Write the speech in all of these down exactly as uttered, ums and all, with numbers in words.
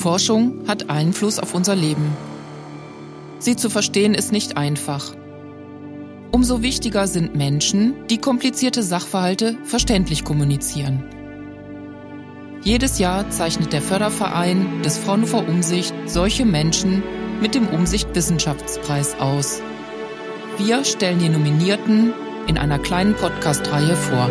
Forschung hat Einfluss auf unser Leben. Sie zu verstehen ist nicht einfach. Umso wichtiger sind Menschen, die komplizierte Sachverhalte verständlich kommunizieren. Jedes Jahr zeichnet der Förderverein des Fraunhofer Umsicht solche Menschen mit dem Umsicht Wissenschaftspreis aus. Wir stellen die Nominierten in einer kleinen Podcast-Reihe vor.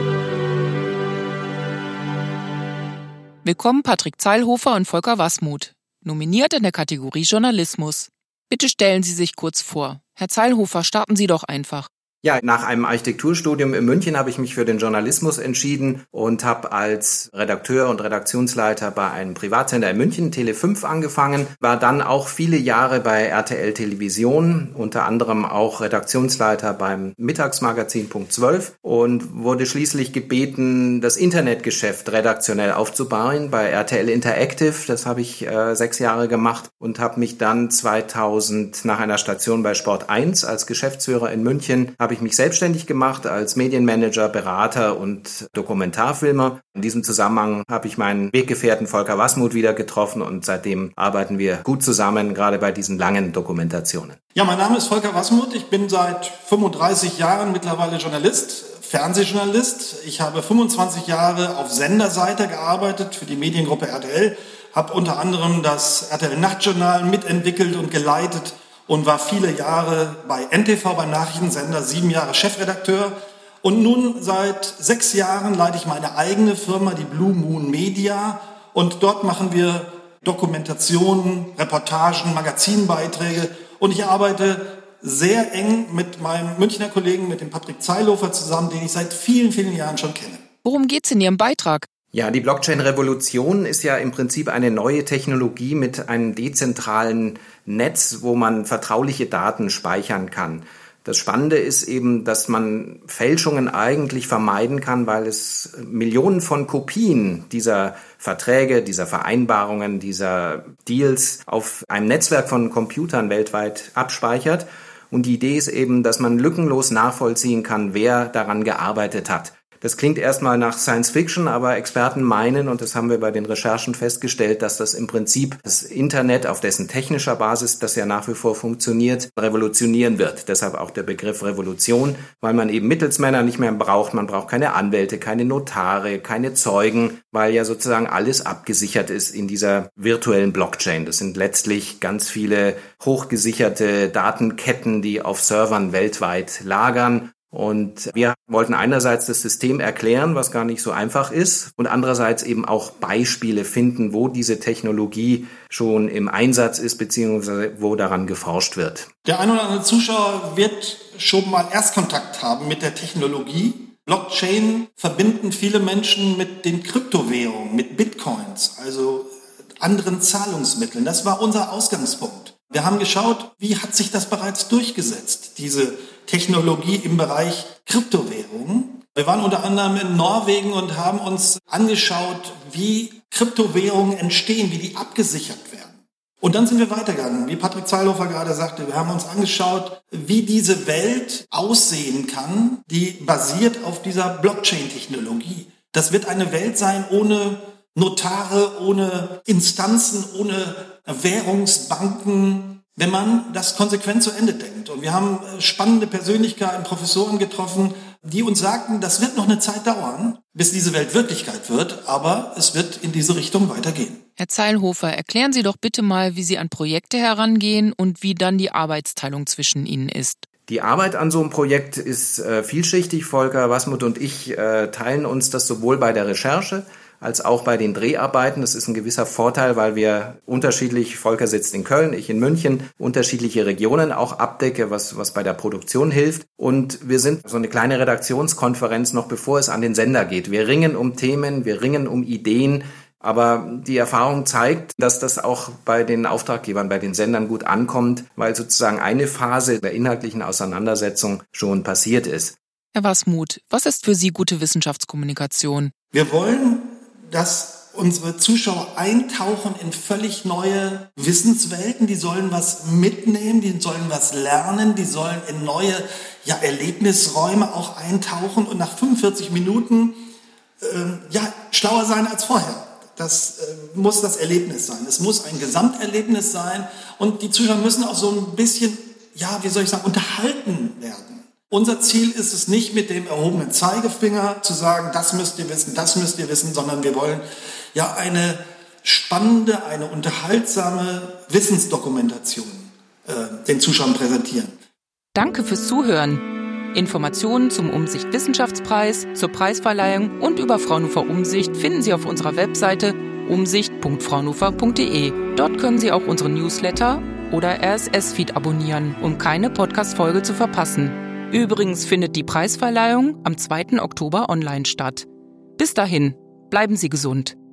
Willkommen Patrick Zeilhofer und Volker Wasmuth, nominiert in der Kategorie Journalismus. Bitte stellen Sie sich kurz vor. Herr Zeilhofer, starten Sie doch einfach. Ja, nach einem Architekturstudium in München habe ich mich für den Journalismus entschieden und habe als Redakteur und Redaktionsleiter bei einem Privatsender in München, Tele fünf, angefangen, war dann auch viele Jahre bei R T L Television, unter anderem auch Redaktionsleiter beim Mittagsmagazin Punkt zwölf und wurde schließlich gebeten, das Internetgeschäft redaktionell aufzubauen bei R T L Interactive. Das habe ich äh, sechs Jahre gemacht und habe mich dann zweitausend nach einer Station bei Sport eins als Geschäftsführer in München habe ich mich selbstständig gemacht als Medienmanager, Berater und Dokumentarfilmer. In diesem Zusammenhang habe ich meinen Weggefährten Volker Wasmuth wieder getroffen und seitdem arbeiten wir gut zusammen, gerade bei diesen langen Dokumentationen. Ja, mein Name ist Volker Wasmuth. Ich bin seit fünfunddreißig Jahren mittlerweile Journalist, Fernsehjournalist. Ich habe fünfundzwanzig Jahre auf Senderseite gearbeitet für die Mediengruppe R T L, habe unter anderem das R T L-Nachtjournal mitentwickelt und geleitet und war viele Jahre bei N T V, beim Nachrichtensender, sieben Jahre Chefredakteur. Und nun seit sechs Jahren leite ich meine eigene Firma, die Blue Moon Media. Und dort machen wir Dokumentationen, Reportagen, Magazinbeiträge. Und ich arbeite sehr eng mit meinem Münchner Kollegen, mit dem Patrick Zeilhofer zusammen, den ich seit vielen, vielen Jahren schon kenne. Worum geht's in Ihrem Beitrag? Ja, die Blockchain-Revolution ist ja im Prinzip eine neue Technologie mit einem dezentralen Netz, wo man vertrauliche Daten speichern kann. Das Spannende ist eben, dass man Fälschungen eigentlich vermeiden kann, weil es Millionen von Kopien dieser Verträge, dieser Vereinbarungen, dieser Deals auf einem Netzwerk von Computern weltweit abspeichert. Und die Idee ist eben, dass man lückenlos nachvollziehen kann, wer daran gearbeitet hat. Das klingt erstmal nach Science Fiction, aber Experten meinen, und das haben wir bei den Recherchen festgestellt, dass das im Prinzip das Internet, auf dessen technischer Basis das ja nach wie vor funktioniert, revolutionieren wird. Deshalb auch der Begriff Revolution, weil man eben Mittelsmänner nicht mehr braucht. Man braucht keine Anwälte, keine Notare, keine Zeugen, weil ja sozusagen alles abgesichert ist in dieser virtuellen Blockchain. Das sind letztlich ganz viele hochgesicherte Datenketten, die auf Servern weltweit lagern. Und wir wollten einerseits das System erklären, was gar nicht so einfach ist, und andererseits eben auch Beispiele finden, wo diese Technologie schon im Einsatz ist, beziehungsweise wo daran geforscht wird. Der ein oder andere Zuschauer wird schon mal Erstkontakt haben mit der Technologie. Blockchain verbinden viele Menschen mit den Kryptowährungen, mit Bitcoins, also anderen Zahlungsmitteln. Das war unser Ausgangspunkt. Wir haben geschaut, wie hat sich das bereits durchgesetzt, diese Technologie im Bereich Kryptowährungen. Wir waren unter anderem in Norwegen und haben uns angeschaut, wie Kryptowährungen entstehen, wie die abgesichert werden. Und dann sind wir weitergegangen. Wie Patrick Zeilhofer gerade sagte, wir haben uns angeschaut, wie diese Welt aussehen kann, die basiert auf dieser Blockchain-Technologie. Das wird eine Welt sein ohne Notare, ohne Instanzen, ohne Währungsbanken, wenn man das konsequent zu Ende denkt. Und wir haben spannende Persönlichkeiten, Professoren getroffen, die uns sagten, das wird noch eine Zeit dauern, bis diese Welt Wirklichkeit wird, aber es wird in diese Richtung weitergehen. Herr Zeilhofer, erklären Sie doch bitte mal, wie Sie an Projekte herangehen und wie dann die Arbeitsteilung zwischen Ihnen ist. Die Arbeit an so einem Projekt ist äh, vielschichtig. Volker Wasmuth und ich äh, teilen uns das sowohl bei der Recherche als auch bei den Dreharbeiten. Das ist ein gewisser Vorteil, weil wir unterschiedlich, Volker sitzt in Köln, ich in München, unterschiedliche Regionen auch abdecke, was, was bei der Produktion hilft. Und wir sind so eine kleine Redaktionskonferenz, noch bevor es an den Sender geht. Wir ringen um Themen, wir ringen um Ideen, aber die Erfahrung zeigt, dass das auch bei den Auftraggebern, bei den Sendern gut ankommt, weil sozusagen eine Phase der inhaltlichen Auseinandersetzung schon passiert ist. Herr Wasmuth, was ist für Sie gute Wissenschaftskommunikation? Wir wollen, dass unsere Zuschauer eintauchen in völlig neue Wissenswelten. Die sollen was mitnehmen, die sollen was lernen, die sollen in neue ja, Erlebnisräume auch eintauchen und nach fünfundvierzig Minuten äh, ja, schlauer sein als vorher. Das äh, muss das Erlebnis sein. Es muss ein Gesamterlebnis sein. Und die Zuschauer müssen auch so ein bisschen, ja, wie soll ich sagen, unterhalten werden. Unser Ziel ist es nicht, mit dem erhobenen Zeigefinger zu sagen, das müsst ihr wissen, das müsst ihr wissen, sondern wir wollen ja eine spannende, eine unterhaltsame Wissensdokumentation äh, den Zuschauern präsentieren. Danke fürs Zuhören. Informationen zum Umsicht Wissenschaftspreis, zur Preisverleihung und über Fraunhofer Umsicht finden Sie auf unserer Webseite umsicht punkt fraunhofer punkt de. Dort können Sie auch unseren Newsletter oder R S S-Feed abonnieren, um keine Podcast-Folge zu verpassen. Übrigens findet die Preisverleihung am zweiten Oktober online statt. Bis dahin, bleiben Sie gesund.